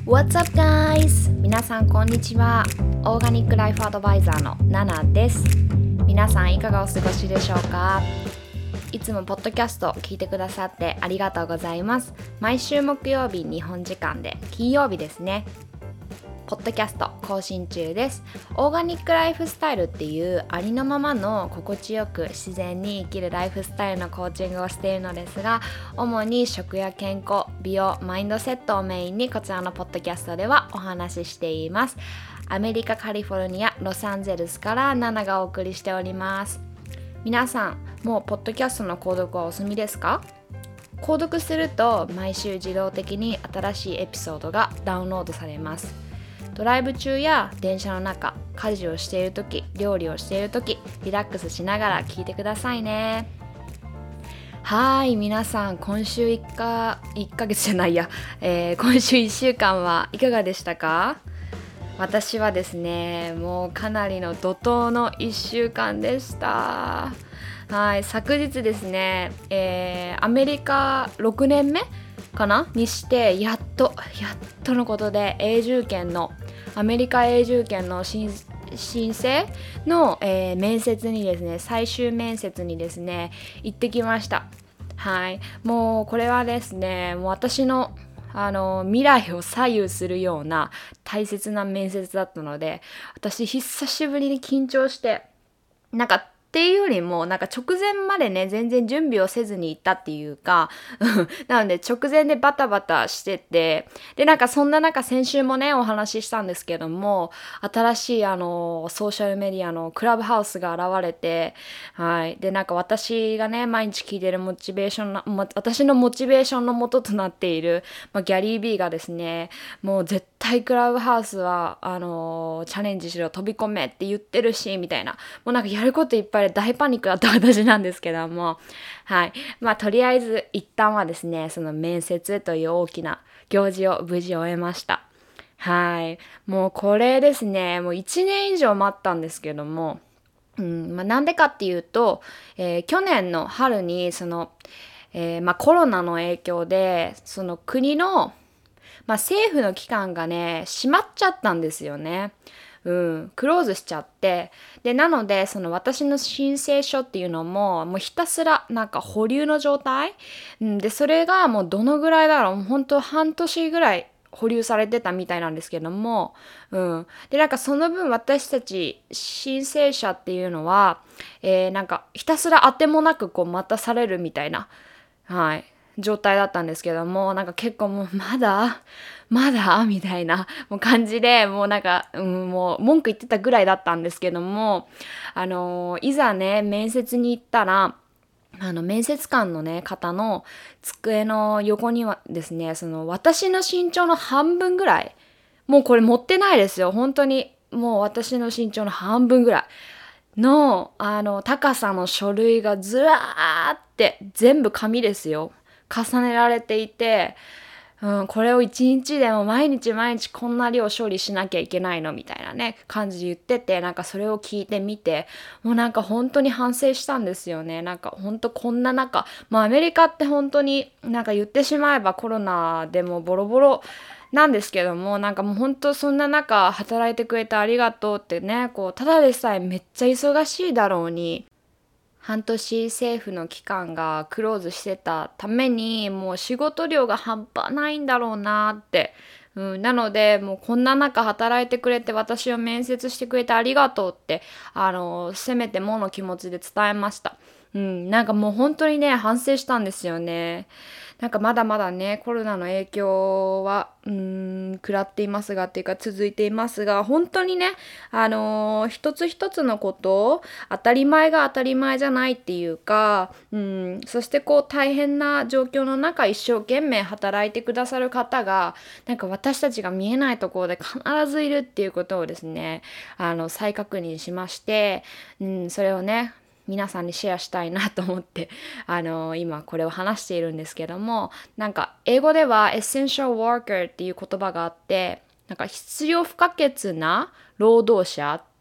What's up guys? 皆さんこんにちは。オーガニックライフアドバイザーのナナです。皆さんいかがお過ごしでしょうか？いつもポッドキャスト聞いてくださってありがとうございます。毎週木曜日日本時間で金曜日ですね。ポッドキャスト更新中です。オーガニックライフスタイルっていうありのままの心地よく自然に生きるライフスタイルのコーチングをしているのですが、主に食や健康、美容、マインドセットをメインにこちらのポッドキャストではお話ししています。アメリカカリフォルニアロサンゼルスからナナがお送りしております。皆さんもうポッドキャストの購読はお済みですか？購読すると毎週自動的に新しいエピソードがダウンロードされます。ドライブ中や電車の中、家事をしているとき、料理をしているとき、リラックスしながら聞いてくださいね。はい、皆さん今週1ヶ月じゃないや、今週1週間はいかがでしたか？私はですね、もうかなりの怒涛の1週間でした。はい、昨日ですね、アメリカ6年目かなにしてやっとのことでアメリカ永住権の申請の、面接にですね、最終面接にですね行ってきました。はい、もうこれはですね、もう私の未来を左右するような大切な面接だったので、私久しぶりに緊張して、っていうよりも直前までね全然準備をせずに行ったっていうかなので直前でバタバタしてて、でそんな中先週もねお話ししたんですけども、新しいソーシャルメディアのクラブハウスが現れて、はい、で私がね毎日聞いてる私のモチベーションの元となっている、ギャリー・ビーがですね、もう絶対クラブハウスはチャレンジしろ、飛び込めって言ってるしみたいな、もうやることいっぱいで大パニックだった私なんですけども、はい、とりあえず一旦はですね、その面接という大きな行事を無事終えました。はい、もうこれですね、もう1年以上待ったんですけども、なんでかっていうと、去年の春にコロナの影響でその国の政府の機関がね閉まっちゃったんですよね。クローズしちゃって、でなのでその私の申請書っていうのももうひたすら保留の状態、でそれがもうどのぐらいだろう、本当半年ぐらい保留されてたみたいなんですけども、でその分私たち申請者っていうのは、ひたすら当てもなく待たされるみたいな、はい、状態だったんですけども、結構もうまだみたいなもう感じで、もうもう文句言ってたぐらいだったんですけども、いざね面接に行ったら、面接官のね方の机の横にはですね、その私の身長の半分ぐらい、もうこれ持ってないですよ、本当にもう私の身長の半分ぐらいの高さの書類がずらーって全部紙ですよ、重ねられていて、これを一日でも毎日こんな量処理しなきゃいけないのみたいなね感じで言ってて、それを聞いてみて、もう本当に反省したんですよね。本当こんな中、アメリカって本当に言ってしまえばコロナでもボロボロなんですけども、もう本当そんな中働いてくれてありがとうってね、ただでさえめっちゃ忙しいだろうに、半年政府の機関がクローズしてたためにもう仕事量が半端ないんだろうなって、なのでもうこんな中働いてくれて私を面接してくれてありがとうってせめてもの気持ちで伝えました。もう本当にね反省したんですよね。まだまだねコロナの影響は食らっていますがっていうか続いていますが、本当にね一つ一つのこと当たり前が当たり前じゃないっていうか、そして大変な状況の中一生懸命働いてくださる方が私たちが見えないところで必ずいるっていうことをですね再確認しまして、それをね皆さんにシェアしたいなと思って今これを話しているんですけども、英語では essential worker っていう言葉があって、必要不可欠な労働者っ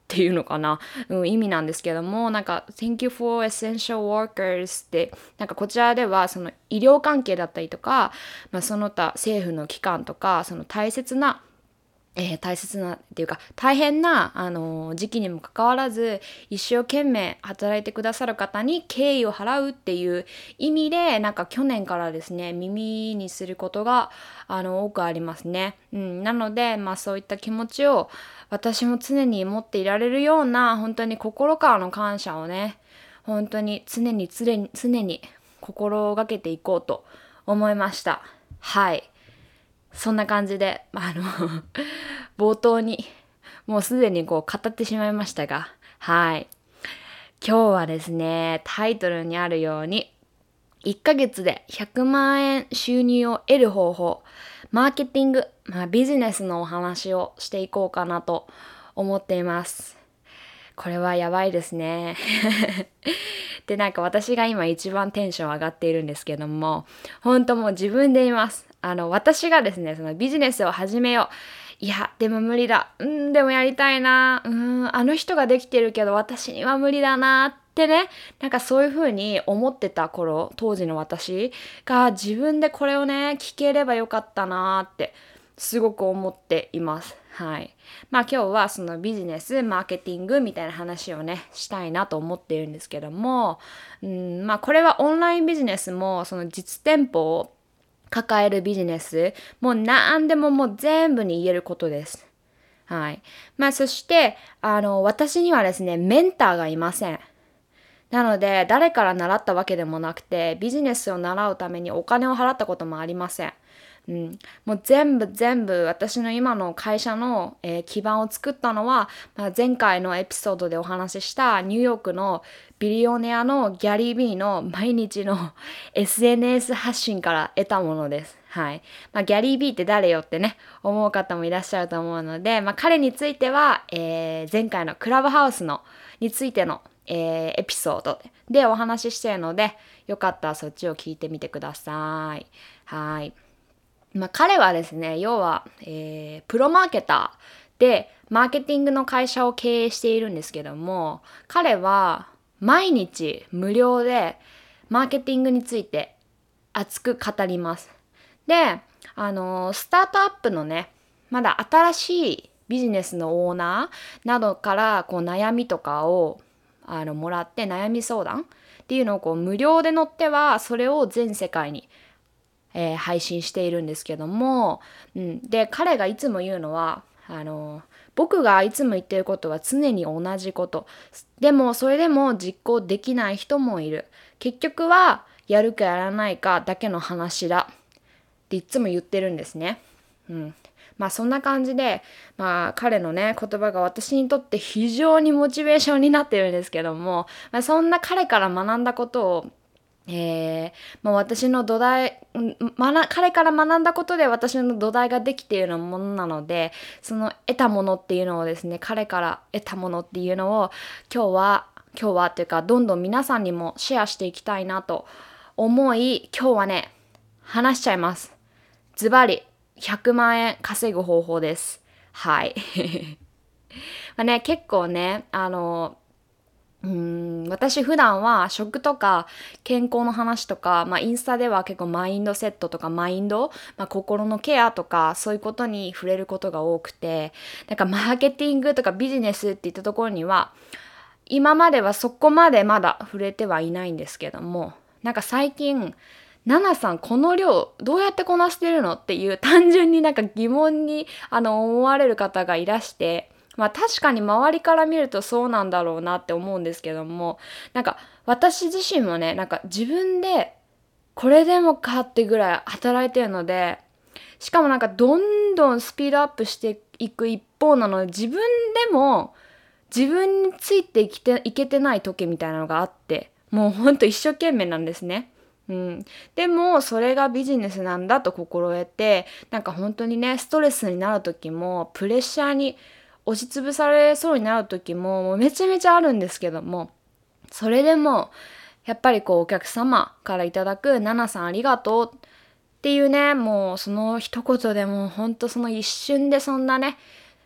っていうのかな、意味なんですけども、なんか Thank you for essential workers ってなんかこちらではその医療関係だったりとか、その他政府の機関とかその大切なっていうか大変な、時期にもかかわらず一生懸命働いてくださる方に敬意を払うっていう意味でなんか去年からですね耳にすることが多くありますね。なのでそういった気持ちを私も常に持っていられるような本当に心からの感謝をね本当に常に心がけていこうと思いました。はい。そんな感じで、冒頭にもうすでに語ってしまいましたが、はい。今日はですね、タイトルにあるように、1ヶ月で100万円収入を得る方法、マーケティング、ビジネスのお話をしていこうかなと思っています。これはやばいですね。で、なんか私が今一番テンション上がっているんですけども、本当もう自分で言います。私がですね、そのビジネスを始めよう。いや、でも無理だ。でもやりたいな。あの人ができてるけど私には無理だなってね、なんかそういう風に思ってた頃、当時の私が自分でこれをね、聞ければよかったなってすごく思っています。はい。今日はそのビジネス、マーケティングみたいな話をね、したいなと思っているんですけども、これはオンラインビジネスもその実店舗を抱えるビジネス、もう何でももう全部に言えることです。はい。そして、私にはですね、メンターがいません。なので、誰から習ったわけでもなくて、ビジネスを習うためにお金を払ったこともありません。もう全部私の今の会社の、基盤を作ったのは、前回のエピソードでお話ししたニューヨークのビリオネアのギャリー・ビーの毎日の SNS 発信から得たものです。はい。ギャリー・ビーって誰よってね、思う方もいらっしゃると思うので、彼については、前回のクラブハウスについての、エピソードでお話ししているので、よかったらそっちを聞いてみてください。はい。彼はですね、要は、プロマーケターでマーケティングの会社を経営しているんですけども、彼は毎日無料でマーケティングについて熱く語ります。で、スタートアップのね、まだ新しいビジネスのオーナーなどから悩みとかをもらって悩み相談っていうのを無料で載ってはそれを全世界に配信しているんですけども、で彼がいつも言うのは僕がいつも言ってることは常に同じこと。でもそれでも実行できない人もいる。結局はやるかやらないかだけの話だっていつも言ってるんですね。そんな感じで、彼のね言葉が私にとって非常にモチベーションになってるんですけども、そんな彼から学んだことを私の土台、彼から学んだことで私の土台ができているようなものなので、その得たものっていうのをですね、彼から得たものっていうのを今日はっていうかどんどん皆さんにもシェアしていきたいなと思い、今日はね話しちゃいます。ズバリ100万円稼ぐ方法です。はい。結構ね私普段は食とか健康の話とか、インスタでは結構マインドセットとかマインド、心のケアとかそういうことに触れることが多くて、マーケティングとかビジネスっていったところには今まではそこまでまだ触れてはいないんですけども、最近ナナさんこの量どうやってこなしてるのっていう単純に疑問に思われる方がいらして、確かに周りから見るとそうなんだろうなって思うんですけども、私自身もね自分でこれでもかってぐらい働いてるので、しかもどんどんスピードアップしていく一方なので、自分でも自分についていけてない時みたいなのがあって、もうほんと一生懸命なんですね。でもそれがビジネスなんだと心得て、本当にねストレスになる時もプレッシャーに押しつぶされそうになる時もめちゃめちゃあるんですけども、それでもやっぱりお客様からいただくナナさんありがとうっていうね、もうその一言でもうほんとその一瞬でそんなね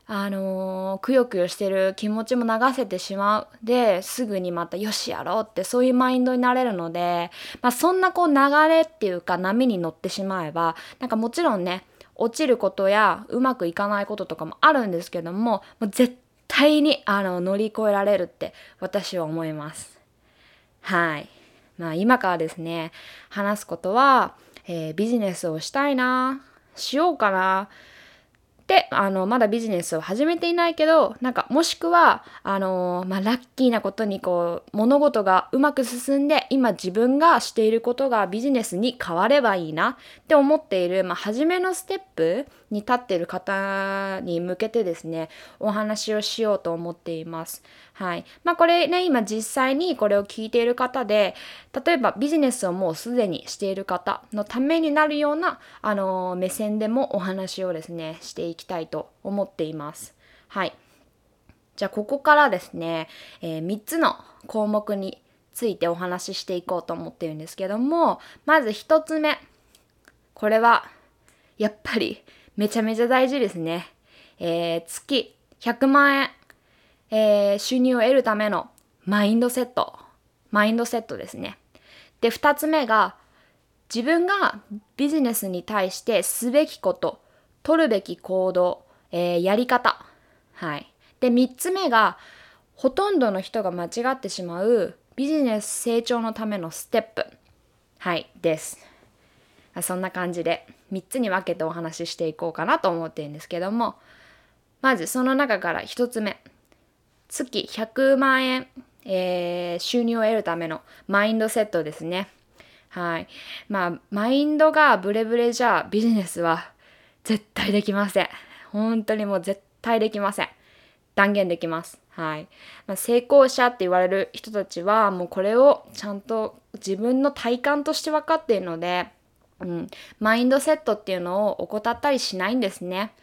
くよくよしてる気持ちも流せてしまう。ですぐにまたよしやろうってそういうマインドになれるので、そんなこう流れっていうか波に乗ってしまえば、なんかもちろんね、落ちることやうまくいかないこととかもあるんですけども、もう絶対に乗り越えられるって私は思います。はい。今からですね、話すことは、ビジネスをしたいな、しようかな、で、まだビジネスを始めていないけど、なんかもしくは、ラッキーなことにこう、物事がうまく進んで、今自分がしていることがビジネスに変わればいいなって思っている、初めのステップに立っている方に向けてですね、お話をしようと思っています。はい。これね、今実際にこれを聞いている方で、例えばビジネスをもうすでにしている方のためになるような、目線でもお話をですね、していきたいと思っています。はい。じゃあここからですね、3つの項目についてお話ししていこうと思っているんですけども、まず1つ目。これはやっぱりめちゃめちゃ大事ですね。月100万円収入を得るためのマインドセットですね。で、2つ目が自分がビジネスに対してすべきこと、取るべき行動、やり方。はい。で、3つ目がほとんどの人が間違ってしまうビジネス成長のためのステップ。はい、です。そんな感じで3つに分けてお話ししていこうかなと思っているんですけども、まずその中から1つ目。月100万円、収入を得るためのマインドセットですね。はい。マインドがブレブレじゃビジネスは絶対できません。本当にもう絶対できません。断言できます。はい。成功者って言われる人たちはもうこれをちゃんと自分の体感として分かっているので、マインドセットっていうのを怠ったりしないんですね。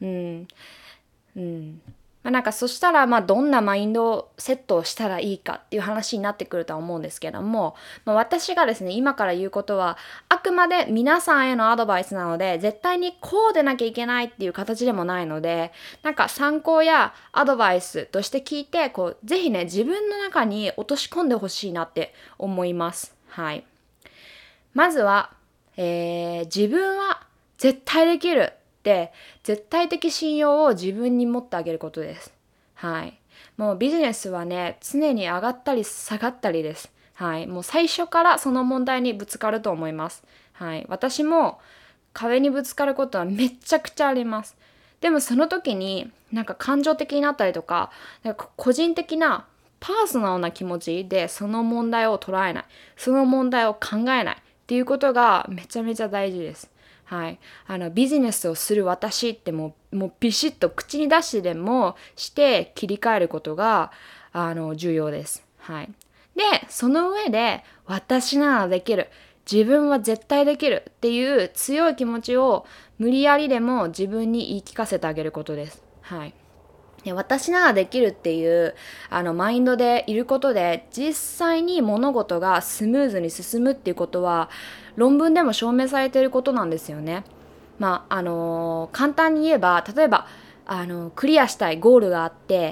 なんかそしたらどんなマインドセットをしたらいいかっていう話になってくるとは思うんですけども、私がですね今から言うことはあくまで皆さんへのアドバイスなので、絶対にこうでなきゃいけないっていう形でもないので、なんか参考やアドバイスとして聞いてぜひね自分の中に落とし込んでほしいなって思います。はい。まずは、自分は絶対できるって絶対的信用を自分に持ってあげることです。はい。もうビジネスはね、常に上がったり下がったりです。はい。もう最初からその問題にぶつかると思います。はい。私も壁にぶつかることはめちゃくちゃあります。でもその時になんか感情的になったりとか、なんか個人的なパーソナルな気持ちでその問題を捉えない、その問題を考えないっていうことがめちゃめちゃ大事です。はい。ビジネスをする私ってもうビシッと口に出してでもして切り替えることが、重要です。はい。で、その上で、私ならできる。自分は絶対できるっていう強い気持ちを無理やりでも自分に言い聞かせてあげることです。はい。私ならできるっていうマインドでいることで実際に物事がスムーズに進むっていうことは論文でも証明されていることなんですよね。簡単に言えば例えばクリアしたいゴールがあって、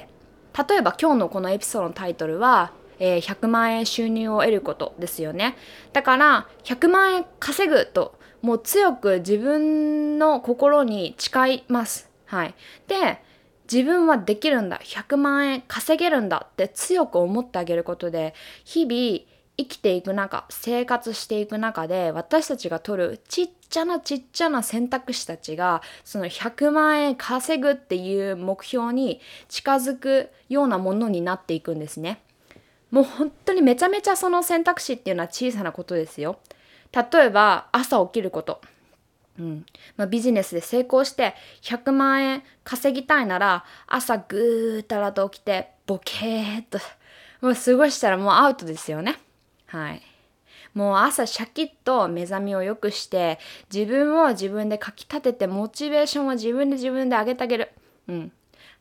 例えば今日のこのエピソードのタイトルは、100万円収入を得ることですよね。だから100万円稼ぐともう強く自分の心に誓います。はい。で自分はできるんだ、100万円稼げるんだって強く思ってあげることで、日々生きていく中、生活していく中で私たちが取るちっちゃな選択肢たちがその100万円稼ぐっていう目標に近づくようなものになっていくんですね。もう本当にめちゃめちゃその選択肢っていうのは小さなことですよ。例えば朝起きること。ビジネスで成功して100万円稼ぎたいなら朝ぐーったらと起きてボケーっともう過ごしたらもうアウトですよね。はい。もう朝シャキッと目覚めを良くして自分を自分でかき立ててモチベーションを自分で上げてあげる。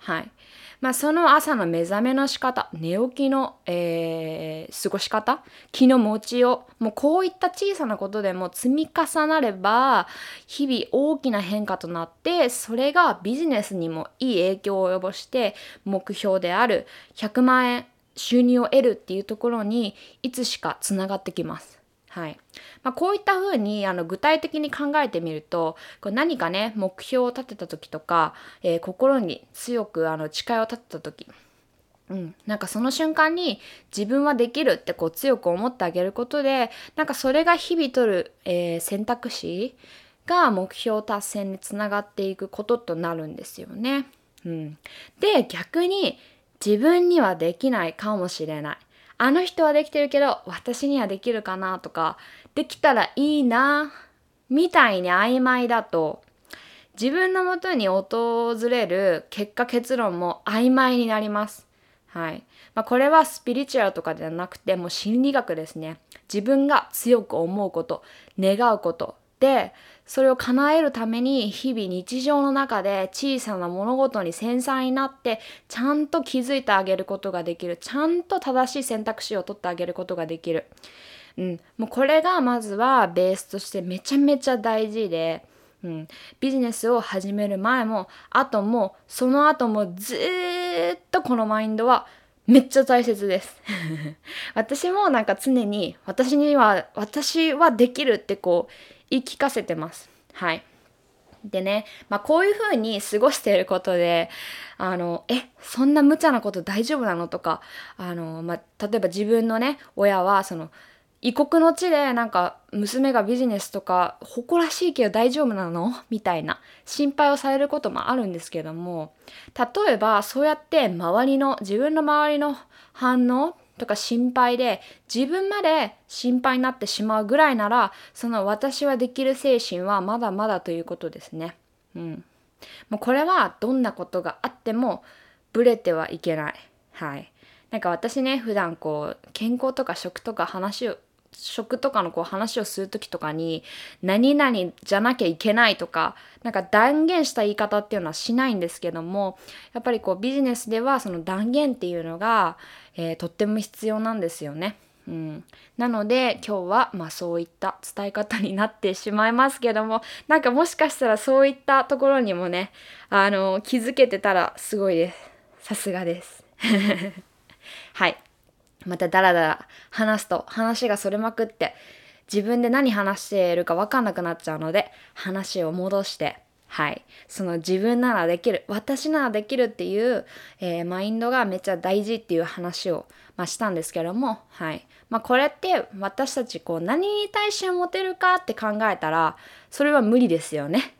はい。その朝の目覚めの仕方、寝起きの、過ごし方、気の持ちよう、もうこういった小さなことでも積み重なれば、日々大きな変化となって、それがビジネスにもいい影響を及ぼして、目標である100万円収入を得るっていうところにいつしかつながってきます。はい。こういったふうに具体的に考えてみると、こう何かね、目標を立てた時とか、心に強く誓いを立てた時、なんかその瞬間に自分はできるってこう強く思ってあげることで、なんかそれが日々取る、選択肢が目標達成につながっていくこととなるんですよね。で、逆に自分にはできないかもしれない。あの人はできてるけど私にはできるかなとか、できたらいいなみたいに曖昧だと、自分のもとに訪れる結果結論も曖昧になります。はい。これはスピリチュアルとかではなくて、もう心理学ですね。自分が強く思うこと、願うことで、それを叶えるために日々日常の中で小さな物事に繊細になって、ちゃんと気づいてあげることができる。ちゃんと正しい選択肢を取ってあげることができる。もうこれがまずはベースとしてめちゃめちゃ大事で、ビジネスを始める前も後もその後もずーっとこのマインドはめっちゃ大切です私もなんか常に私はできるってこう言い聞かせてます。はい。でね、こういう風に過ごしていることで、そんな無茶なこと大丈夫なのとか、例えば自分のね、親は異国の地でなんか娘がビジネスとか誇らしいけど大丈夫なのみたいな心配をされることもあるんですけども、例えばそうやって自分の周りの反応とか心配で自分まで心配になってしまうぐらいなら、その私はできる精神はまだまだということですね。もうこれはどんなことがあってもブレてはいけない。はい。なんか私ね、普段こう健康とか食とかのこう話をするときとかに何々じゃなきゃいけないとか、なんか断言した言い方っていうのはしないんですけども、やっぱりこうビジネスではその断言っていうのが、とっても必要なんですよね。なので今日はそういった伝え方になってしまいますけども、なんかもしかしたらそういったところにもね、気づけてたらすごいです。さすがですはい。またダラダラ話すと話がそれまくって自分で何話しているか分かんなくなっちゃうので、話を戻して、はい、その自分ならできる、私ならできるっていう、マインドがめっちゃ大事っていう話を、したんですけども、はい。これって私たちこう何に対して持てるかって考えたらそれは無理ですよね。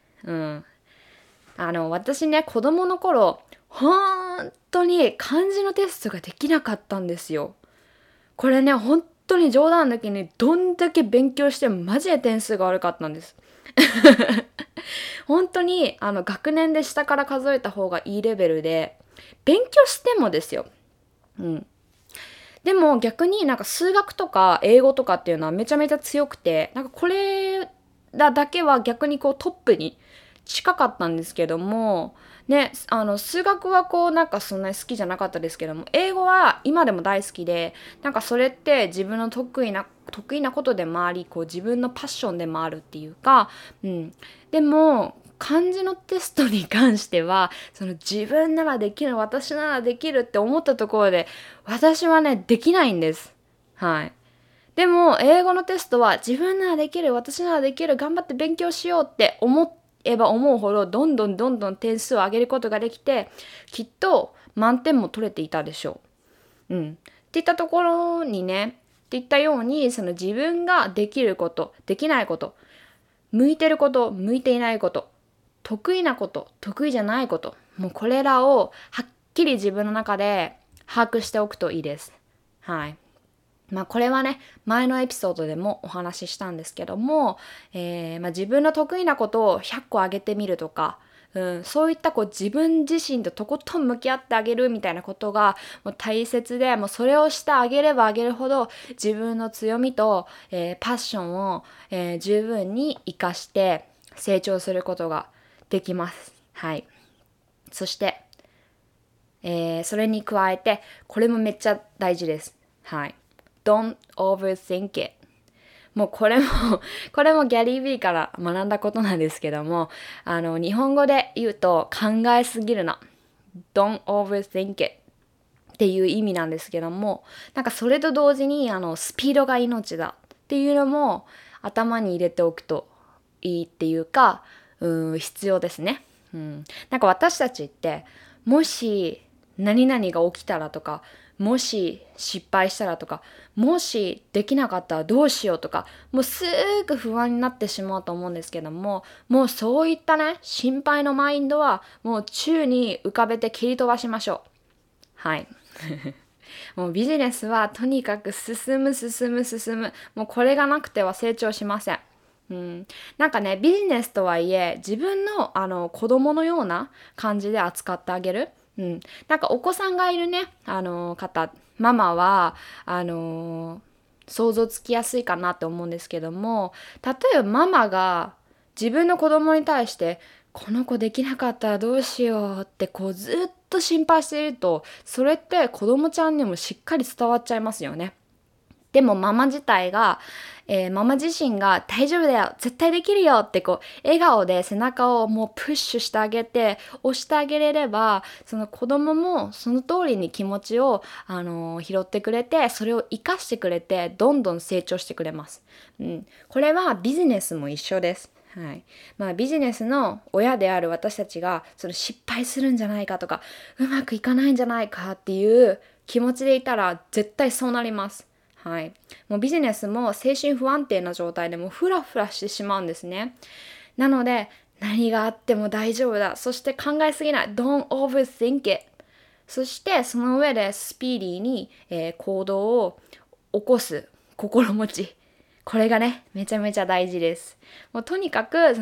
私ね、子供の頃本当に漢字のテストができなかったんですよ。これね、本当に冗談抜きにどんだけ勉強してもマジで点数が悪かったんです本当に学年で下から数えた方がいいレベルで、勉強してもですよ。でも逆になんか数学とか英語とかっていうのはめちゃめちゃ強くて、なんかこれだけは逆にこうトップに近かったんですけども、ね、数学はこうなんかそんなに好きじゃなかったですけども、英語は今でも大好きで、なんかそれって自分の得意なことでもあり、こう自分のパッションでもあるっていうか、でも漢字のテストに関しては、その自分ならできる、私ならできるって思ったところで、私はね、できないんです。はい。でも、英語のテストは自分ならできる、私ならできる、頑張って勉強しようって思えば思うほど、どんどん点数を上げることができて、きっと満点も取れていたでしょう。っていったところにね、っていったように、その自分ができること、できないこと、向いてること、向いていないこと、得意なこと、得意じゃないこと、もうこれらをはっきり自分の中で把握しておくといいです。はい。これはね、前のエピソードでもお話ししたんですけども、自分の得意なことを100個あげてみるとか、そういったこう自分自身ととことん向き合ってあげるみたいなことがもう大切で、もうそれをしてあげればあげるほど自分の強みと、パッションを、十分に活かして成長することができます。はい。そしてそれに加えて、これもめっちゃ大事です。はい。Don't overthink it。もうこれもギャリー・ビーから学んだことなんですけども、日本語で言うと考えすぎるな。Don't overthink it。っていう意味なんですけども、なんかそれと同時にスピードが命だっていうのも頭に入れておくといいっていうか、必要ですね。なんか私たちってもし何々が起きたらとか、もし失敗したらとか、もしできなかったらどうしようとか、もうすぐ不安になってしまうと思うんですけども、もうそういったね、心配のマインドはもう宙に浮かべて切り飛ばしましょう。はい。もうビジネスはとにかく進む。もうこれがなくては成長しません。なんかね、ビジネスとはいえ自分の子供のような感じで扱ってあげる。なんかお子さんがいるね、方、ママは想像つきやすいかなって思うんですけども、例えばママが自分の子供に対してこの子できなかったらどうしようってこうずっと心配していると、それって子供ちゃんにもしっかり伝わっちゃいますよね。でもママ自体が、ママ自身が大丈夫だよ、絶対できるよってこう笑顔で背中をもうプッシュしてあげて押してあげれれば、その子供もその通りに気持ちを、拾ってくれて、それを生かしてくれてどんどん成長してくれます。これはビジネスも一緒です。ビジネスの親である私たちがその失敗するんじゃないかとかうまくいかないんじゃないかっていう気持ちでいたら絶対そうなります。もうビジネスも精神不安定な状態でもフラフラしてしまうんですね。なので何があっても大丈夫だ。そして考えすぎない。Don't overthink it。そしてその上でスピーディーに、行動を起こす心持ち。これがね、めちゃめちゃ大事です。もうとにかく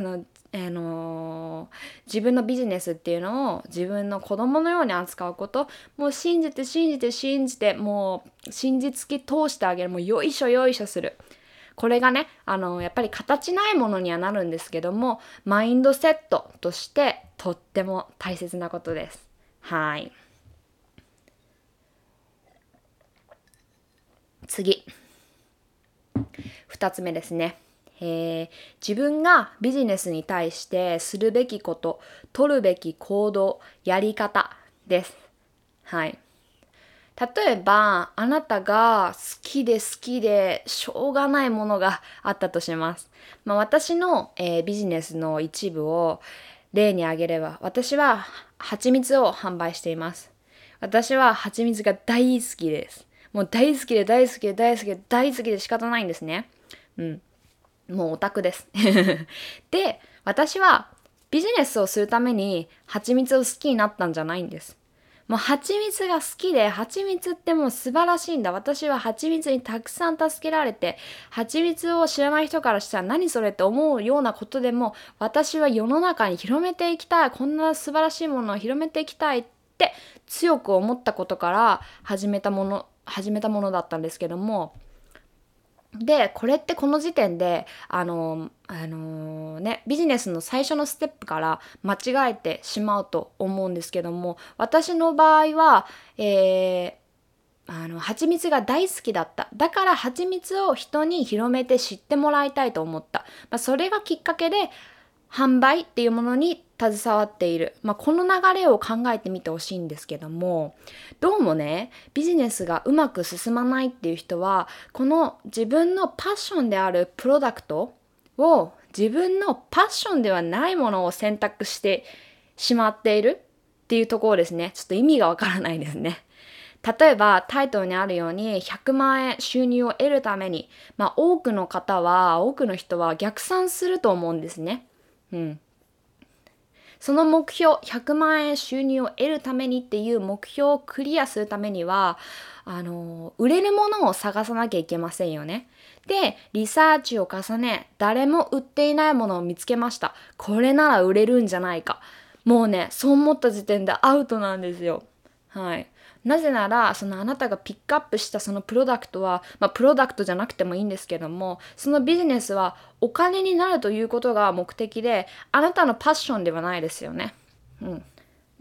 自分のビジネスっていうのを自分の子供のように扱うこと、もう信じて、もう信じつき通してあげる、もうよいしょする。これがね、やっぱり形ないものにはなるんですけども、マインドセットとしてとっても大切なことです。次。2つ目ですね。自分がビジネスに対してするべきこと、取るべき行動、やり方です。例えばあなたが好きでしょうがないものがあったとします。私の、ビジネスの一部を例に挙げれば、私は蜂蜜を販売しています。私は蜂蜜が大好きです。もう大好きで仕方ないんですね。もうオタクです。で、私はビジネスをするために蜂蜜を好きになったんじゃないんです。もう蜂蜜が好きで、蜂蜜ってもう素晴らしいんだ。私は蜂蜜にたくさん助けられて、蜂蜜を知らない人からしたら何それって思うようなことでも、私は世の中に広めていきたい。こんな素晴らしいものを広めていきたいって強く思ったことから始めたものだったんですけども、で、これってこの時点で、ビジネスの最初のステップから間違えてしまうと思うんですけども、私の場合は、蜂蜜が大好きだった。だから蜂蜜を人に広めて知ってもらいたいと思った。それがきっかけで、販売っていうものに携わっている。この流れを考えてみてほしいんですけども、どうもね、ビジネスがうまく進まないっていう人は、この自分のパッションであるプロダクトを自分のパッションではないものを選択してしまっているっていうところですね。ちょっと意味がわからないですね。例えばタイトルにあるように100万円収入を得るために、多くの人は逆算すると思うんですね。その目標、100万円収入を得るためにっていう目標をクリアするためには、売れるものを探さなきゃいけませんよね。で、リサーチを重ね、誰も売っていないものを見つけました。これなら売れるんじゃないか。もうね、そう思った時点でアウトなんですよ。なぜなら、そのあなたがピックアップしたそのプロダクトは、プロダクトじゃなくてもいいんですけども、そのビジネスはお金になるということが目的で、あなたのパッションではないですよね。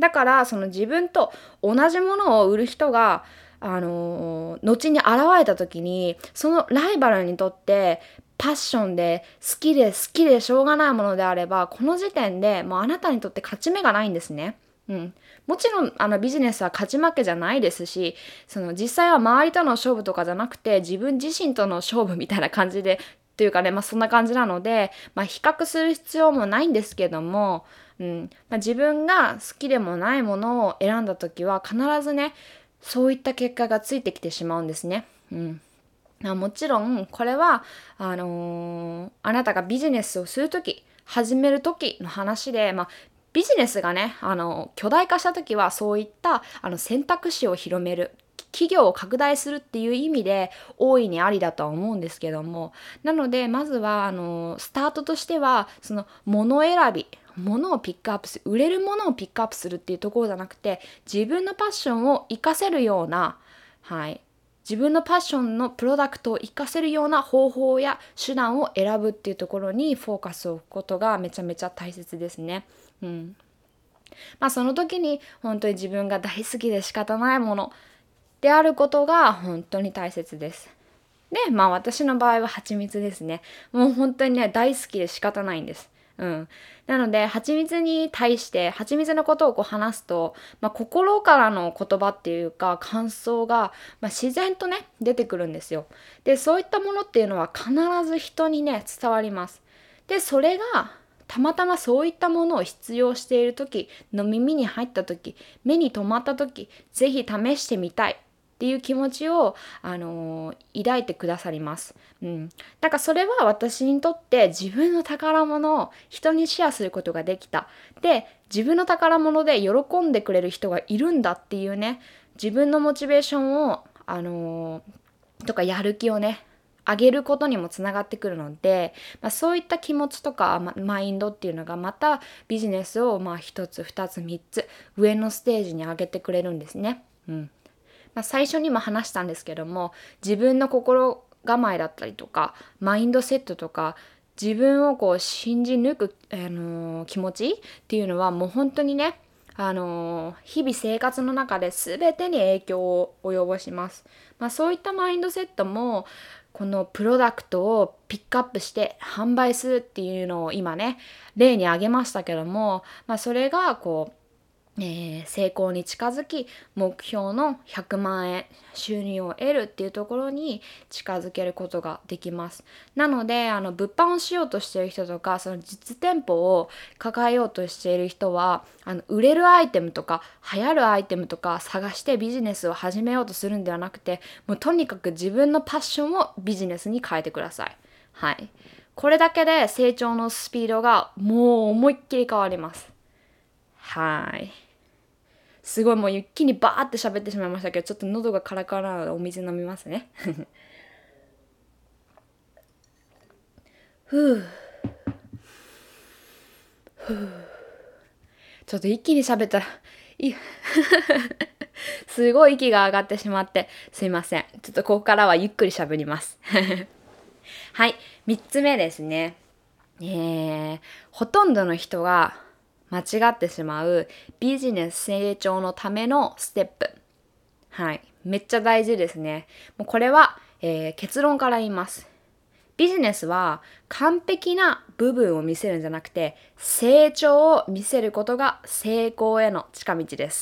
だからその自分と同じものを売る人が後に現れた時に、そのライバルにとってパッションで好きでしょうがないものであれば、この時点でもうあなたにとって勝ち目がないんですね。もちろんビジネスは勝ち負けじゃないですし、その実際は周りとの勝負とかじゃなくて自分自身との勝負みたいな感じでというかね、そんな感じなので、比較する必要もないんですけども、自分が好きでもないものを選んだ時は必ずね、そういった結果がついてきてしまうんですね。もちろんこれはあなたがビジネスをする時、始める時の話で、ビジネスがね巨大化した時はそういった選択肢を広める、企業を拡大するっていう意味で大いにありだとは思うんですけども、なのでまずはスタートとしてはその物選び、物をピックアップする、売れるものをピックアップするっていうところじゃなくて、自分のパッションを活かせるような、自分のパッションのプロダクトを活かせるような方法や手段を選ぶっていうところにフォーカスを置くことがめちゃめちゃ大切ですね。その時に本当に自分が大好きで仕方ないものであることが本当に大切です。で、私の場合は蜂蜜ですね。もう本当にね、大好きで仕方ないんです。なので、蜂蜜に対して、蜂蜜のことを話すと、心からの言葉っていうか、感想が、自然とね、出てくるんですよ。で、そういったものっていうのは必ず人にね、伝わります。で、それが、たまたまそういったものを必要している時の耳に入った時、目に留まった時、ぜひ試してみたいっていう気持ちを、抱いてくださります。だからそれは私にとって自分の宝物を人にシェアすることができた。で、自分の宝物で喜んでくれる人がいるんだっていうね、自分のモチベーションを、とかやる気をね、上げることにもつながってくるので、そういった気持ちとか、マインドっていうのがまたビジネスを1つ2つ3つ上のステージに上げてくれるんですね。最初にも話したんですけども、自分の心構えだったりとかマインドセットとか自分を信じ抜く、気持ちっていうのはもう本当にね、日々生活の中で全てに影響を及ぼします。そういったマインドセットもこのプロダクトをピックアップして販売するっていうのを今ね例に挙げましたけども、それが成功に近づき目標の100万円収入を得るっていうところに近づけることができます。なので物販をしようとしている人とか、その実店舗を抱えようとしている人は売れるアイテムとか流行るアイテムとか探してビジネスを始めようとするんではなくて、もうとにかく自分のパッションをビジネスに変えてください。これだけで成長のスピードがもう思いっきり変わります。すごいもう一気にバーって喋ってしまいましたけど、ちょっと喉がカラカラなのでお水飲みますね。ちょっと一気に喋ったらすごい息が上がってしまってすいません。ちょっとここからはゆっくり喋ります。はい、3つ目ですね。ほとんどの人が間違ってしまうビジネス成長のためのステップ。めっちゃ大事ですね。もうこれは、結論から言います。ビジネスは完璧な部分を見せるんじゃなくて、成長を見せることが成功への近道です。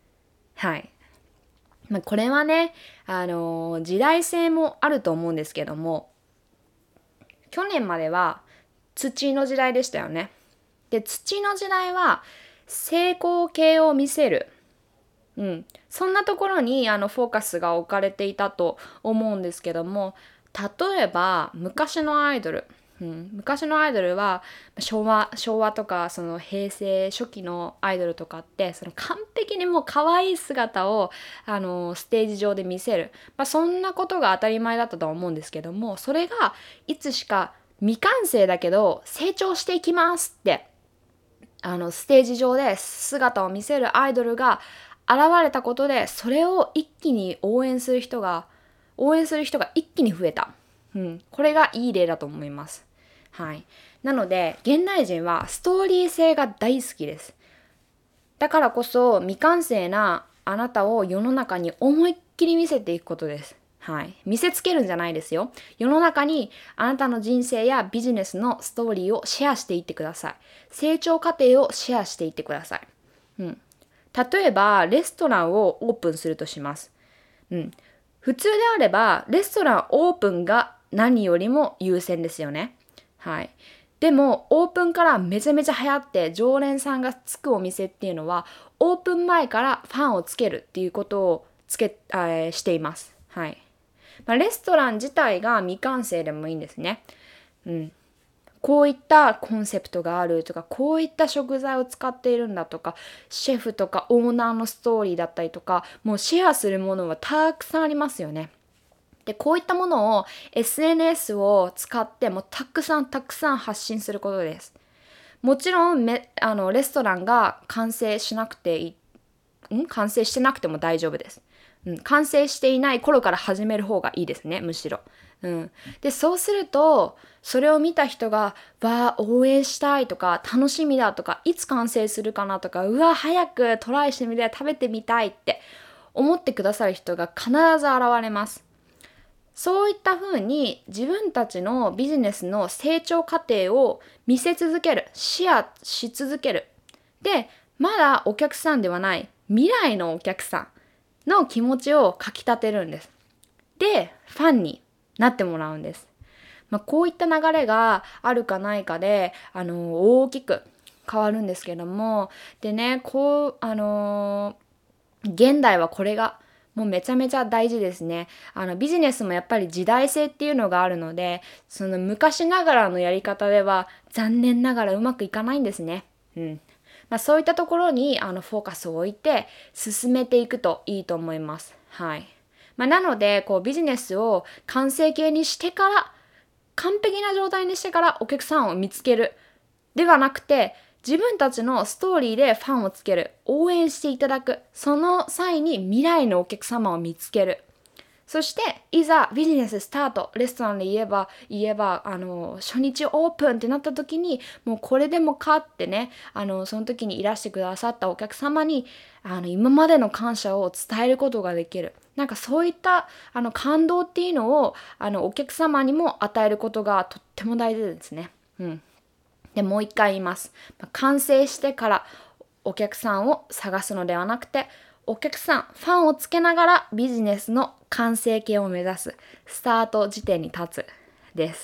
これはね、時代性もあると思うんですけども、去年までは土の時代でしたよね。で、土の時代は成功形を見せる。そんなところにフォーカスが置かれていたと思うんですけども、例えば昔のアイドル、昔のアイドルは昭和とかその平成初期のアイドルとかってその完璧にもう可愛い姿をステージ上で見せる、そんなことが当たり前だったと思うんですけども、それがいつしか未完成だけど成長していきますってステージ上で姿を見せるアイドルが現れたことで、それを一気に応援する人が一気に増えた。これがいい例だと思います。なので現代人はストーリー性が大好きです。 だからこそ未完成なあなたを世の中に思いっきり見せていくことです。はい。見せつけるんじゃないですよ。世の中にあなたの人生やビジネスのストーリーをシェアしていってください。成長過程をシェアしていってください。例えば、レストランをオープンするとします。普通であれば、レストランオープンが何よりも優先ですよね。はい。でも、オープンからめちゃめちゃ流行って常連さんがつくお店っていうのは、オープン前からファンをつけるっていうことをしています。はい。レストラン自体が未完成でもいいんですね。こういったコンセプトがあるとか、こういった食材を使っているんだとか、シェフとかオーナーのストーリーだったりとか、もうシェアするものはたくさんありますよね。で、こういったものを SNS を使ってもうたくさん発信することです。もちろんレストランが完成してなくても大丈夫です。完成していない頃から始める方がいいですね、むしろ。で、そうすると、それを見た人が、応援したいとか、楽しみだとか、いつ完成するかなとか、早くトライしてみて食べてみたいって思ってくださる人が必ず現れます。そういった風に自分たちのビジネスの成長過程を見せ続ける、シェアし続ける。で、まだお客さんではない未来のお客さんの気持ちをかき立てるんです。で、ファンになってもらうんです。こういった流れがあるかないかで、大きく変わるんですけども、でね、現代はこれがもうめちゃめちゃ大事ですね。ビジネスもやっぱり時代性っていうのがあるので、その昔ながらのやり方では残念ながらうまくいかないんですね。そういったところにフォーカスを置いて進めていくといいと思います。はい。なのでビジネスを完成形にしてから、完璧な状態にしてからお客さんを見つけるではなくて、自分たちのストーリーでファンをつける、応援していただく、その際に未来のお客様を見つける。そしていざビジネススタート、レストランで言えば初日オープンってなった時に、もうこれでもかってね、その時にいらしてくださったお客様に今までの感謝を伝えることができる。そういった感動っていうのをお客様にも与えることがとっても大事ですね。で、もう一回言います。完成してからお客さんを探すのではなくて、お客さん、ファンをつけながらビジネスの完成形を目指す、スタート時点に立つです。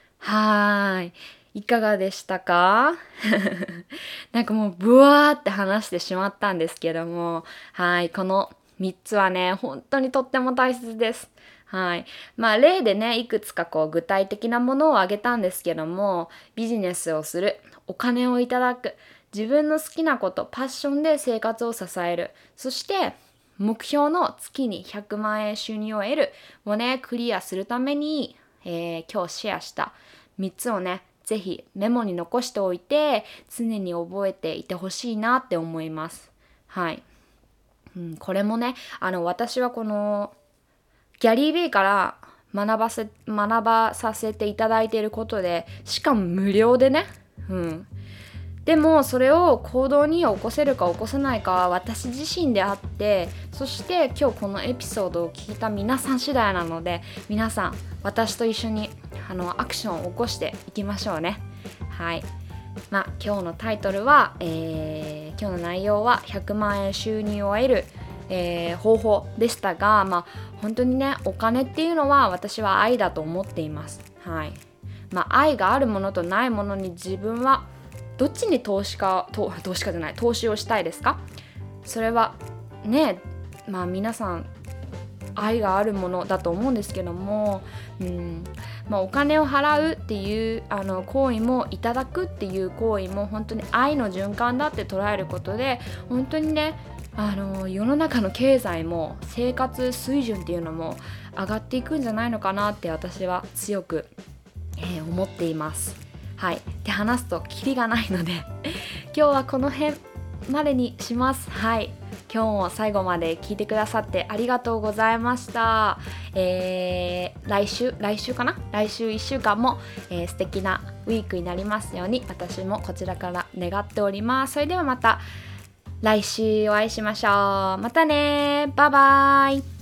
いかがでしたか？もうブワーって話してしまったんですけども、この3つはね、本当にとっても大切です。例でね、いくつか具体的なものを挙げたんですけども、ビジネスをする、お金をいただく、自分の好きなこと、パッションで生活を支える、そして目標の月に100万円収入を得るをね、クリアするために、今日シェアした3つをね、ぜひメモに残しておいて、常に覚えていてほしいなって思います。これもね、私はこのギャリー・ベイから学ばさせていただいていることで、しかも無料でね、でもそれを行動に起こせるか起こせないかは私自身であって、そして今日このエピソードを聞いた皆さん次第なので、皆さん私と一緒にアクションを起こしていきましょうね。今日のタイトルは、今日の内容は100万円収入を得る方法でしたが、本当にね、お金っていうのは私は愛だと思っています。愛があるものとないものに自分はどっちに投資をしたいですか？それはね、皆さん愛があるものだと思うんですけども、お金を払うっていう行為も、いただくっていう行為も本当に愛の循環だって捉えることで、本当にね、世の中の経済も生活水準っていうのも上がっていくんじゃないのかなって私は強く、思っています。で、話すとキリがないので今日はこの辺までにします。今日も最後まで聞いてくださってありがとうございました。来週1週間も、素敵なウィークになりますように、私もこちらから願っております。それではまた来週お会いしましょう。またね。バイバイ。